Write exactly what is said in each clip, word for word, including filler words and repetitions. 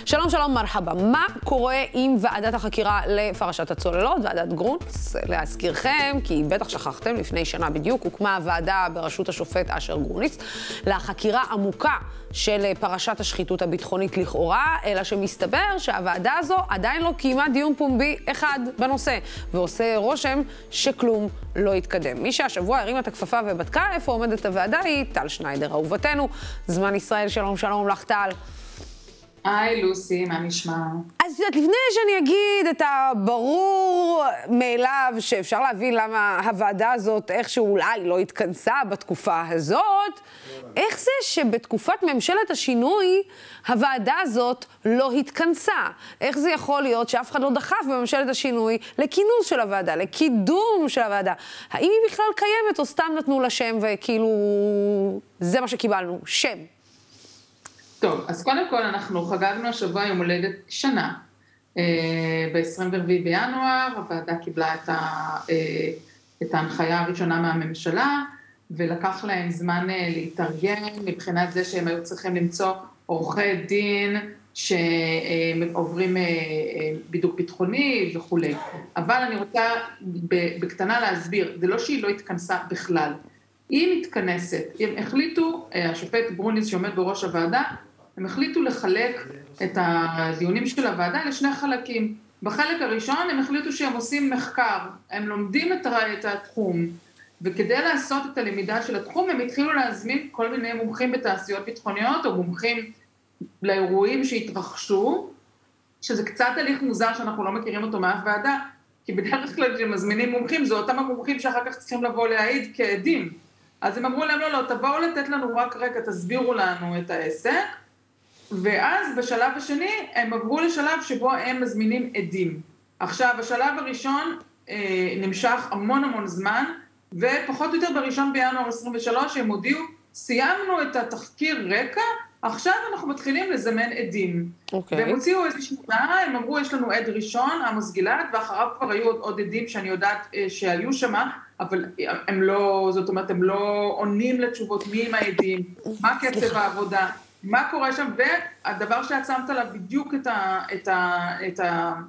שלום, שלום, מרחבה. מה קורה עם ועדת החקירה לפרשת הצוללות, ועדת גרונץ? להזכירכם, כי בטח שכחתם, לפני שנה בדיוק הוקמה הוועדה בראשות השופט אשר גרוניץ לחקירה עמוקה של פרשת השחיתות הביטחונית לכאורה, אלא שמסתבר שהוועדה הזו עדיין לא קיימה דיון פומבי אחד בנושא, ועושה רושם שכלום לא יתקדם. מי שהשבוע הרים את הכפפה ובדקה איפה עומדת הוועדה היא טל שניידר, אהובתנו. זמן ישראל, שלום, שלום לך טל. היי לוסי, מה נשמע? אז לפני שאני אגיד את הברור מאליו שאפשר להבין למה הוועדה הזאת איכשהו אולי לא התכנסה בתקופה הזאת, איך זה שבתקופת ממשלת השינוי הוועדה הזאת לא התכנסה? איך זה יכול להיות שאף אחד לא דחף בממשלת השינוי לכינוס של הוועדה, לקידום של הוועדה? האם היא בכלל קיימת או סתם נתנו לה שם וכאילו זה מה שקיבלנו, שם? טוב, אז קודם כל אנחנו חגגנו השבוע יום הולדת שנה. ב-עשרים וארבעה בינואר הוועדה קיבלה את, ה, את ההנחיה הראשונה מהממשלה, ולקח להם זמן להתארגן מבחינת זה שהם היו צריכים למצוא עורכי דין שעוברים בידוק ביטחוני וכו'. אבל אני רוצה בקטנה להסביר, זה לא שהיא לא התכנסה בכלל. היא מתכנסת, הם החליטו, השופט גרוניץ שעומד בראש הוועדה, הם החליטו לחלק את הדיונים של הוועדה לשני חלקים. בחלק הראשון הם החליטו שהם עושים מחקר, הם לומדים את התחום, וכדי לעשות את הלמידה של התחום הם התחילו להזמין כל מיני מומחים בתעשיות ביטחוניות, או מומחים לאירועים שהתרחשו, שזה קצת הליך מוזר שאנחנו לא מכירים אותו מאף ועדה, כי בדרך כלל כשמזמינים מומחים, זה אותם המומחים שאחר כך צריכים לבוא להעיד כעדים. אז הם אמרו להם, לא, לא, תבואו לתת לנו רק רקע, תסבירו לנו את העסק, ואז בשלב השני הם עברו לשלב שבו הם מזמינים עדים. עכשיו, השלב הראשון אה, נמשך המון המון זמן, ופחות או יותר בראשון בינואר עשרים ושלוש הם הודיעו, סיימנו את התחקיר רקע, עכשיו אנחנו מתחילים לזמן עדים. Okay. והם הוציאו איזושהי שעה, הם אמרו, יש לנו עד ראשון, עמוס גלעד, ואחריו כבר היו עוד, עוד עדים שאני יודעת אה, שהיו שמה, אבל הם לא, זאת אומרת, הם לא עונים לתשובות מי עם העדים, מה קצב העבודה, מה קורה שם, והדבר שאת שמת עליו בדיוק את, ה, את, ה, את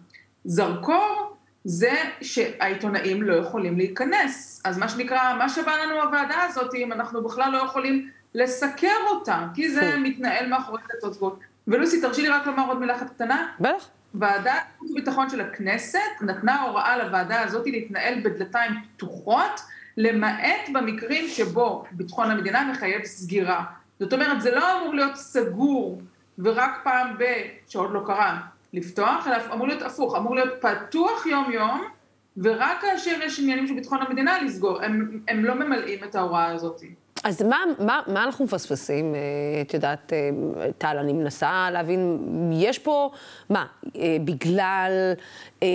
הזרקור, זה שהעיתונאים לא יכולים להיכנס. אז מה שנקרא, מה שבא לנו הוועדה הזאת, אם אנחנו בכלל לא יכולים לסקר אותה, כי זה מתנהל מאחורי דלתות סגורות. ולוסי, תרשי לי רק לומר עוד מילה אחת קטנה. בטח. ועדת הביטחון של הכנסת נתנה הוראה לוועדה הזאת להתנהל בדלתיים פתוחות, למעט במקרים שבו ביטחון המדינה מחייב סגירה. זאת אומרת, זה לא אמור להיות סגור, ורק פעם ב, שעוד לא קרה, לפתוח, אלא אמור להיות הפוך, אמור להיות פתוח יום-יום, ורק כאשר יש עניינים של ביטחון המדינה לסגור, הם, הם לא ממלאים את ההוראה הזאת. אז מה, מה, מה אנחנו מפספסים? את יודעת, טל, אני מנסה להבין, יש פה, מה, בגלל אה,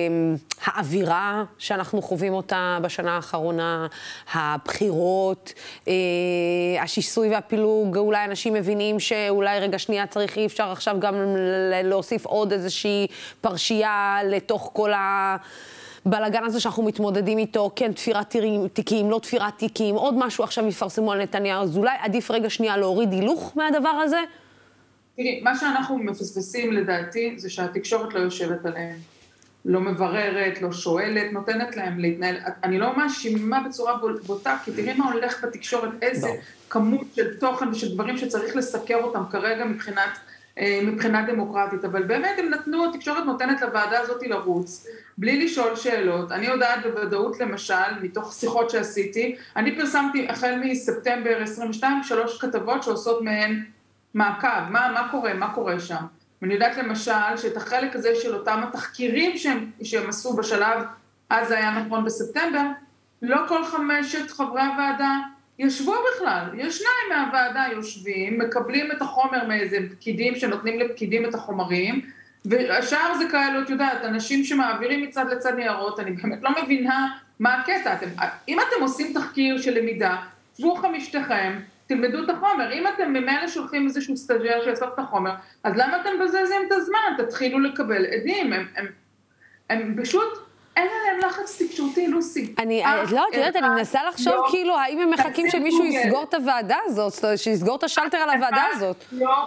האווירה שאנחנו חווים אותה בשנה האחרונה, הבחירות, אה, השיסוי והפילוג, אולי אנשים מבינים שאולי רגע שנייה צריך, אי אפשר עכשיו גם להוסיף עוד איזושהי פרשייה לתוך כל ה... בלגן הזה שאנחנו מתמודדים איתו, כן, תפירת תיקים, לא תפירת תיקים, עוד משהו עכשיו יפרסמו על נתניהו, אז אולי עדיף רגע שנייה להוריד הילוך מהדבר הזה? תראי, מה שאנחנו מפספסים לדעתי, זה שהתקשורת לא יושבת עליהם, לא מבררת, לא שואלת, נותנת להם להתנהל. אני לא מאשימה בצורה בוטה, כי תראי מה הולך בתקשורת, איזה כמות של תוכן ושל דברים שצריך לסקר אותם כרגע מבחינת... מבחינה דמוקרטית, אבל באמת הם נתנו, התקשורת נותנת לוועדה הזאת לרוץ, בלי לשאול שאלות. אני יודעת בוודאות למשל, מתוך שיחות שעשיתי, אני פרסמתי החל מספטמבר עשרים ושתיים, שלוש כתבות שעושות מהן מעקב, מה, מה קורה, מה קורה שם. ואני יודעת למשל שאת החלק הזה של אותם התחקירים שהם, שהם עשו בשלב, אז זה היה נכון בספטמבר, לא כל חמשת חברי הוועדה, ישבו בכלל, יש שניים מהוועדה יושבים, מקבלים את החומר מאיזה פקידים שנותנים לפקידים את החומרים, והשאר זה כאלו, את יודעת, אנשים שמעבירים מצד לצד ניירות, אני באמת לא מבינה מה הקטע. אתם, אם אתם עושים תחקיר של למידה, שבו חמישתכם, תלמדו את החומר. אם אתם ממילא שולחים איזשהו סטאג'ר שיעשות את החומר, אז למה אתם בזזים את הזמן? תתחילו לקבל עדים. הם, הם, הם פשוט... אין עליהם לחץ תקשורתי, לוסי. אני לא יודעת, אני מנסה לחשוב כאילו, האם הם מחכים שמישהו יסגור את הוועדה הזאת, שיסגור את השלטר על הוועדה הזאת. לא,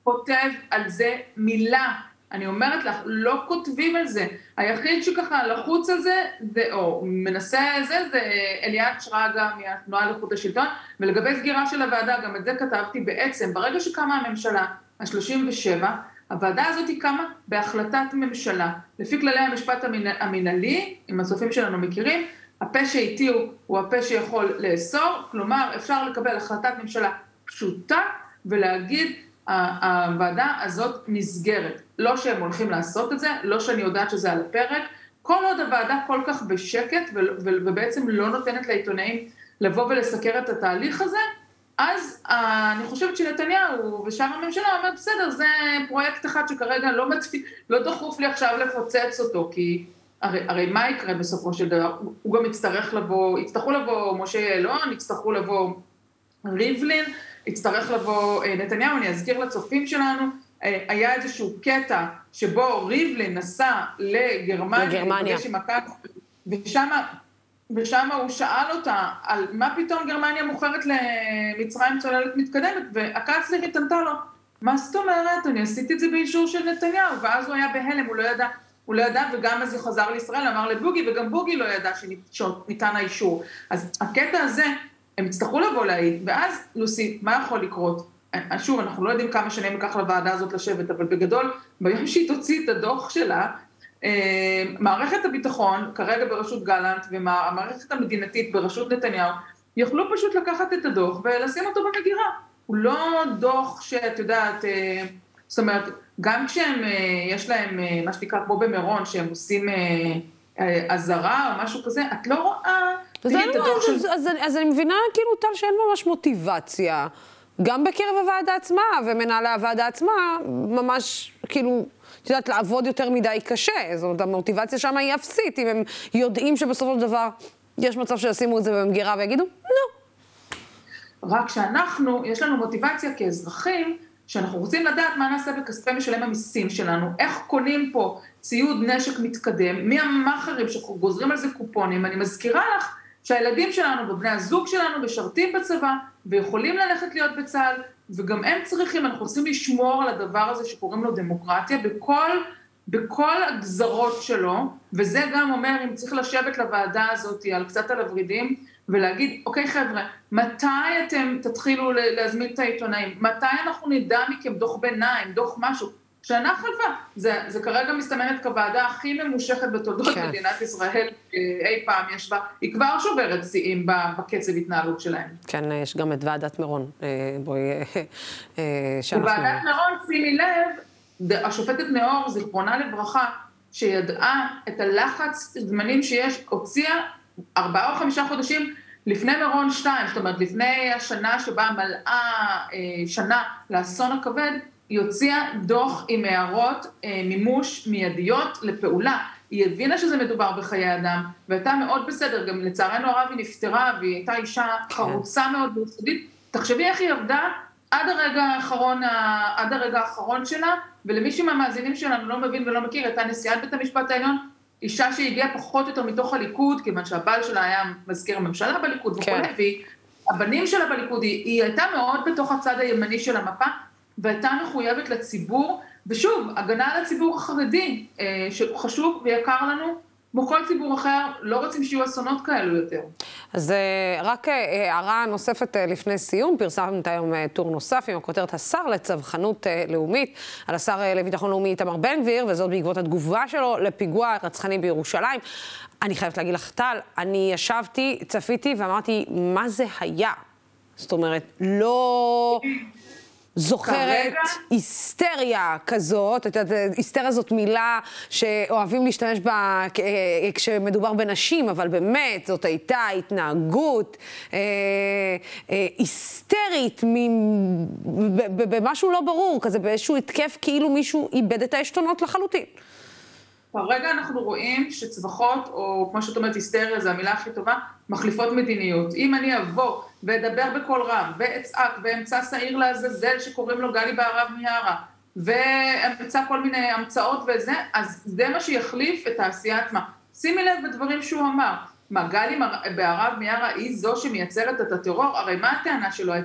כותב על זה מילה. אני אומרת לך, לא כותבים על זה. היחיד שככה לחוץ על זה, זה או מנסה זה, זה אליעד שרגא מהתנועה לאיכות השלטון, ולגבי סגירה של הוועדה, גם את זה כתבתי בעצם, ברגע שקמה הממשלה, ה-שלושים ושבע, הוועדה הזאת היא קמה בהחלטת ממשלה. לפי כללי המשפט המנהלי, אם הסופים שלנו מכירים, הפה שהטיעו הוא הפה שיכול לאסור, כלומר אפשר לקבל החלטת ממשלה פשוטה ולהגיד, הוועדה הזאת נסגרת. לא שהם הולכים לעשות את זה, לא שאני יודעת שזה על הפרק, כל עוד הוועדה כל כך בשקט ובעצם לא נותנת לעיתונאים לבוא ולסקר את התהליך הזה, אז אני חושבת שנתניהו ושאר הממשלה אומר, בסדר, זה פרויקט אחד שכרגע לא, מצפ... לא דחוף לי עכשיו לפוצץ אותו, כי הרי, הרי מה יקרה בסופו של דבר? הוא גם יצטרך לבוא, יצטרכו לבוא משה יעלון, יצטרכו לבוא ריבלין, יצטרך לבוא נתניהו. אני אזכיר לצופים שלנו, היה איזשהו קטע שבו ריבלין נסע לגרמניה, לגרמניה. ושם, ושם הוא שאל אותה על מה פתאום גרמניה מוכרת למצרים צוללת מתקדמת, והקנצלרית ענתה לו, מה זאת אומרת? אני עשיתי את זה באישור של נתניהו, ואז הוא היה בהלם, הוא לא ידע, הוא לא ידע, וגם אז הוא חזר לישראל, אמר לבוגי, וגם בוגי לא ידע שניתן האישור. אז הקטע הזה, הם יצטרכו לבוא להעיד, ואז לוסי, מה יכול לקרות? שוב, אנחנו לא יודעים כמה שנים ייקח לוועדה הזאת לשבת, אבל בגדול, ביום שהיא תוציא את הדוח שלה, מערכת הביטחון, כרגע בראשות גלנט, והמערכת המדינתית בראשות נתניהו, יכלו פשוט לקחת את הדוח ולשים אותו במגירה. הוא לא דוח שאת יודעת, זאת אומרת, גם כשהם, יש להם, מה שנקרא כמו במירון, שהם עושים עזרה או משהו כזה, את לא רואה... אז אני מבינה כאילו טל שאין ממש מוטיבציה, גם בקרב הוועדה עצמה, ומנהלי הוועדה עצמה, ממש כאילו, את יודעת, לעבוד יותר מדי קשה. זאת אומרת, המוטיבציה שם היא אפסית, אם הם יודעים שבסופו של דבר יש מצב שישימו את זה במגירה ויגידו, לא. רק שאנחנו, יש לנו מוטיבציה כאזרחים, שאנחנו רוצים לדעת מה נעשה בכספי משלם המיסים שלנו, איך קונים פה ציוד נשק מתקדם, מי המאחרים שגוזרים על זה קופונים. אני מזכירה לך שהילדים שלנו ובני הזוג שלנו משרתים בצבא, ויכולים ללכת להיות בצה"ל, וגם הם צריכים, אנחנו צריכים לשמור על הדבר הזה שקוראים לו דמוקרטיה, בכל, בכל הגזרות שלו, וזה גם אומר, אם צריך לשבת לוועדה הזאת על קצת על הורידים, ולהגיד, אוקיי חבר'ה, מתי אתם תתחילו להזמין את העיתונאים? מתי אנחנו נדע מכם דוח ביניים, דוח משהו? שנה חלפה, זה, זה כרגע מסתמנת כוועדה הכי ממושכת בתולדות כן. מדינת ישראל אי פעם יש בה, היא כבר שוברת שיאים בקצב התנהלות שלהם. כן, יש גם את ועדת מירון, בואי, שאנחנו... ועדת מירון, שימי לב, השופטת נאור, זיכרונה לברכה, שידעה את הלחץ זמנים שיש, הוציאה ארבעה או חמישה חודשים לפני מירון שתיים, זאת אומרת, לפני השנה שבה מלאה שנה לאסון הכבד, היא הוציאה דוח עם הערות מימוש מיידיות לפעולה. היא הבינה שזה מדובר בחיי אדם, והייתה מאוד בסדר, גם לצערנו הרב היא נפטרה, והיא הייתה אישה חרוצה מאוד ביסודית. תחשבי איך היא עבדה עד הרגע האחרון, עד הרגע האחרון שלה, ולמישהו מהמאזינים שלנו לא מבין ולא מכיר, הייתה נשיאת בית המשפט העליון, אישה שהגיעה פחות או יותר מתוך הליכוד, כיוון שהבעל שלה היה מזכיר הממשלה בליכוד, כן. וכו', והבנים שלה בליכוד, היא, היא הייתה מאוד בתוך הצד הימני של המפה, והייתה מחויבת לציבור, ושוב, הגנה על הציבור החרדי, שחשוב ויקר לנו, כמו כל ציבור אחר, לא רוצים שיהיו אסונות כאלו יותר. אז רק הערה נוספת לפני סיום, פרסמת היום טור נוסף עם הכותרת השר לצווחנות לאומית, על השר לביטחון לאומי איתמר בן גביר, וזאת בעקבות התגובה שלו לפיגוע רצחני בירושלים. אני חייבת להגיד לך, טל, אני ישבתי, צפיתי ואמרתי, מה זה היה? זאת אומרת, לא... זוכרת היסטריה כזאת, את יודעת, היסטריה זאת מילה שאוהבים להשתמש בה כשמדובר בנשים, אבל באמת זאת הייתה התנהגות אה, אה, היסטרית במשהו לא ברור, כזה באיזשהו התקף כאילו מישהו איבד את העשתונות לחלוטין. כרגע אנחנו רואים שצווחות, או כמו שאת אומרת, היסטריה, זו המילה הכי טובה, מחליפות מדיניות. אם אני אבוא ואדבר בקול רם, ואצעק, ואמצא שעיר לעזאזל שקוראים לו גלי בהרב מיארה, ואמצא כל מיני המצאות וזה, אז זה מה שיחליף את העשייה עצמה. שימי לב בדברים שהוא אמר. מה, גלי בהרב מיארה היא זו שמייצרת את הטרור? הרי מה הטענה שלו הייתה?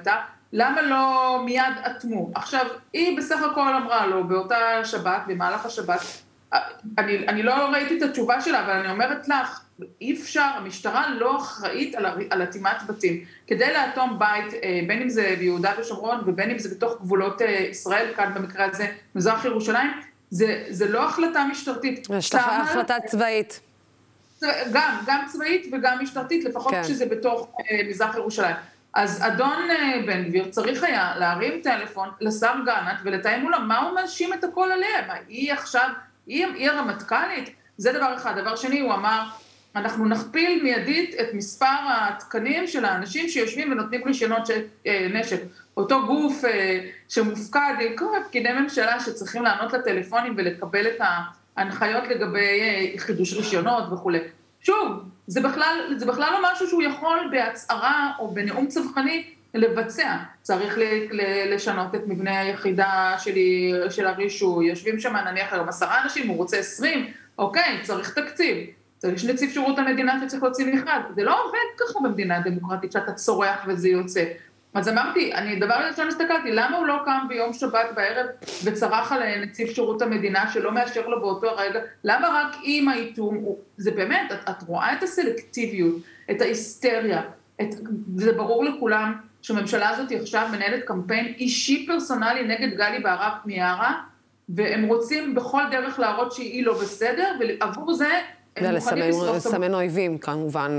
למה לא מיד אטמו? עכשיו, היא בסך הכל אמרה לו, באותה שבת, במהלך השבת, אני, אני לא ראיתי את התשובה שלה, אבל אני אומרת לך, אי אפשר, המשטרה לא אחראית על, על אטימת בתים. כדי לאטום בית, בין אם זה ביהודה ושומרון, ובין אם זה בתוך גבולות ישראל, כאן במקרה הזה, מזרח ירושלים, זה, זה לא החלטה משטרתית. יש לך החלטה צבאית. גם, גם צבאית וגם משטרתית, לפחות כן. כשזה בתוך אה, מזרח ירושלים. אז אדון אה, בן גביר צריך היה להרים טלפון לשר גלנט ולתאם מולה, מה הוא מאשים את הכל עליה? מה, היא עכשיו, היא, היא הרמטכ"לית? זה דבר אחד. דבר שני, הוא אמר, אנחנו נכפיל מיידית את מספר התקנים של האנשים שיושבים ונותנים רישיונות של אה, נשק. אותו גוף אה, שמופקד, כל פקידי ממשלה שצריכים לענות לטלפונים ולקבל את ה... הנחיות לגבי חידוש רישיונות וכו'. שוב, זה בכלל, זה בכלל לא משהו שהוא יכול בהצהרה או בנאום צווחני לבצע. צריך לשנות את מבנה היחידה שלי, של הרישוי, יושבים שם נניח היום עשרה אנשים, הוא רוצה עשרים, אוקיי, צריך תקציב. צריך נציב שירות המדינה שצריך להוציא מכרז. זה לא עובד ככה במדינה דמוקרטית שאתה צורח וזה יוצא. אז אמרתי, אני דבר ראשון הסתכלתי, למה הוא לא קם ביום שבת בערב וצרח על נציב שירות המדינה שלא מאשר לו באותו הרגע? למה רק עם האיתום? זה באמת, את, את רואה את הסלקטיביות, את ההיסטריה, את, זה ברור לכולם שהממשלה הזאת עכשיו מנהלת קמפיין אישי פרסונלי נגד גלי בהרב מיארה, והם רוצים בכל דרך להראות שהיא לא בסדר, ועבור זה... ולסמן אויבים, כמובן.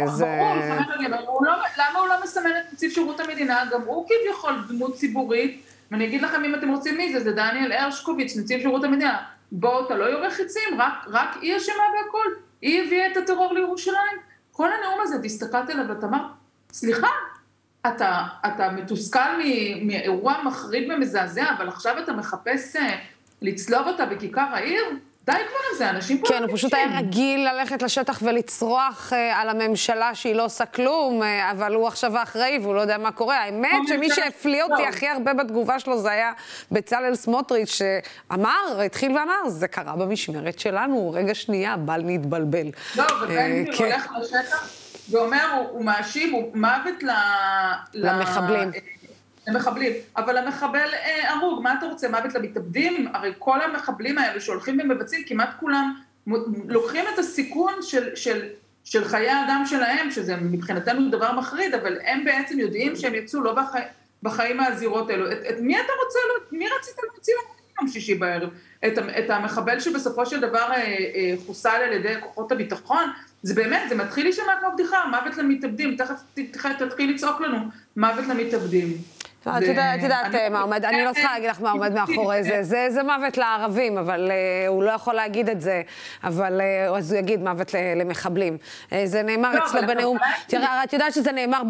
ברור, למה הוא לא מסמן את נציב שירות המדינה? גם הוא כביכול דמות ציבורית, ואני אגיד לכם אם אתם רוצים מי זה, זה דניאל הרשקוביץ, נציב שירות המדינה. בוא, אתה לא יורה חיצים, רק היא אשמה בהכל. היא הביאה את הטרור לירושלים. כל הנאום הזה, תסתכלת אליו ואתה אמר, סליחה, אתה מתוסכל מאירוע מחריד ומזעזע, אבל עכשיו אתה מחפש לצלוב אותה בכיכר העיר? די כבר עם זה, אנשים פה... כן, הוא פשוט היה רגיל ללכת לשטח ולצרוח על הממשלה שהיא לא עושה כלום, אבל הוא עכשיו האחראי והוא לא יודע מה קורה. האמת שמי שהפליא אותי הכי הרבה בתגובה שלו זה היה בצלאל סמוטריץ' שאמר, התחיל ואמר, זה קרה במשמרת שלנו, רגע שנייה, בל נתבלבל. לא, ובן גביר הולך לשטח ואומר, הוא מאשים, הוא מוות למחבלים. למחבלים, אבל המחבל אה, הרוג, מה אתה רוצה? מוות למתאבדים? הרי כל המחבלים האלה שהולכים ומבצעים, כמעט כולם לוקחים את הסיכון של, של, של חיי האדם שלהם, שזה מבחינתנו דבר מחריד, אבל הם בעצם יודעים שהם יצאו לא בחי, בחיים הזירות האלו. את, את מי אתה רוצה, מי רצית להוציא יום שישי בערב? את, את המחבל שבסופו של דבר אה, אה, חוסל על ידי כוחות הביטחון? זה באמת, זה מתחיל להישמע כמו בדיחה, מוות למתאבדים, תכף תתחיל לצעוק לנו, מוות למתאבדים. את יודעת מה עומד, אני לא צריכה להגיד לך מה עומד מאחורי זה, זה מוות לערבים, אבל הוא לא יכול להגיד את זה, אבל אז הוא יגיד מוות למחבלים. זה נאמר אצלו בנאום, את יודעת שזה נאמר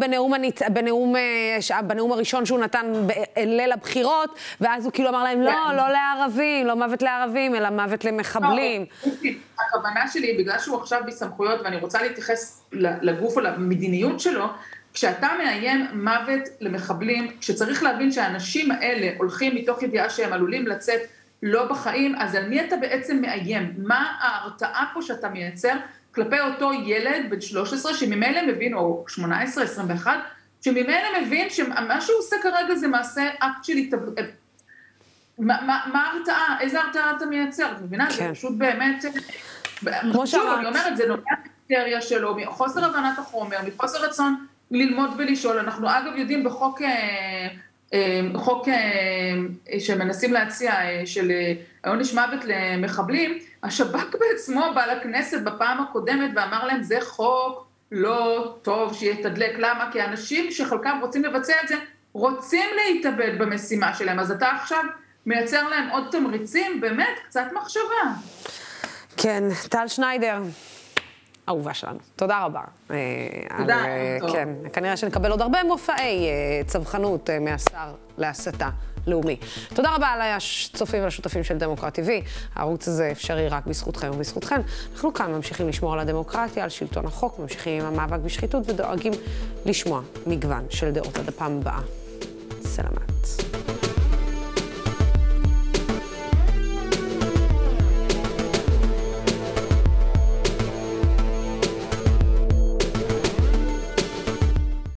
בנאום הראשון שהוא נתן ליל הבחירות, ואז הוא כאילו אמר להם, לא, לא לערבים, לא מוות לערבים, אלא מוות למחבלים. הכוונה שלי, בגלל שהוא עכשיו בסמכויות, ואני רוצה להתייחס לגוף או למדיניות שלו, כשאתה מאיים מוות למחבלים, כשצריך להבין שהאנשים האלה הולכים מתוך ידיעה שהם עלולים לצאת לא בחיים, אז על מי אתה בעצם מאיים? מה ההרתעה פה שאתה מייצר כלפי אותו ילד בן שלוש עשרה, שממילא מבין, או שמונה עשרה, עשרים ואחת, שממילא מבין שמה שהוא עושה כרגע זה מעשה אקט של התאבדות. מה ההרתעה? איזה הרתעה אתה מייצר? את מבינה? זה פשוט באמת... כמו שאמרת. אני אומרת, זה נובע מההיסטריה שלו, מחוסר הבנת החומר, מחוסר רצון ללמוד ולשאול. אנחנו אגב יודעים בחוק חוק שמנסים להציע של עונש מוות למחבלים, השב"כ בעצמו בא לכנסת בפעם הקודמת ואמר להם, זה חוק לא טוב שיתדלק. למה? כי האנשים שחלקם רוצים לבצע את זה, רוצים להתאבד במשימה שלהם. אז אתה עכשיו מייצר להם עוד תמריצים, באמת, קצת מחשבה. כן, טל שניידר. אהובה שלנו. תודה רבה. תודה. כן, כנראה שנקבל עוד הרבה מופעי צווחנות מהשר להסתה לאומי. תודה רבה על הצופים והשותפים של דמוקרט טי וי. הערוץ הזה אפשרי רק בזכותכם ובזכותכן. אנחנו כאן ממשיכים לשמור על הדמוקרטיה, על שלטון החוק, ממשיכים עם המאבק בשחיתות ודואגים לשמוע מגוון של דעות עד הפעם הבאה. סלמת.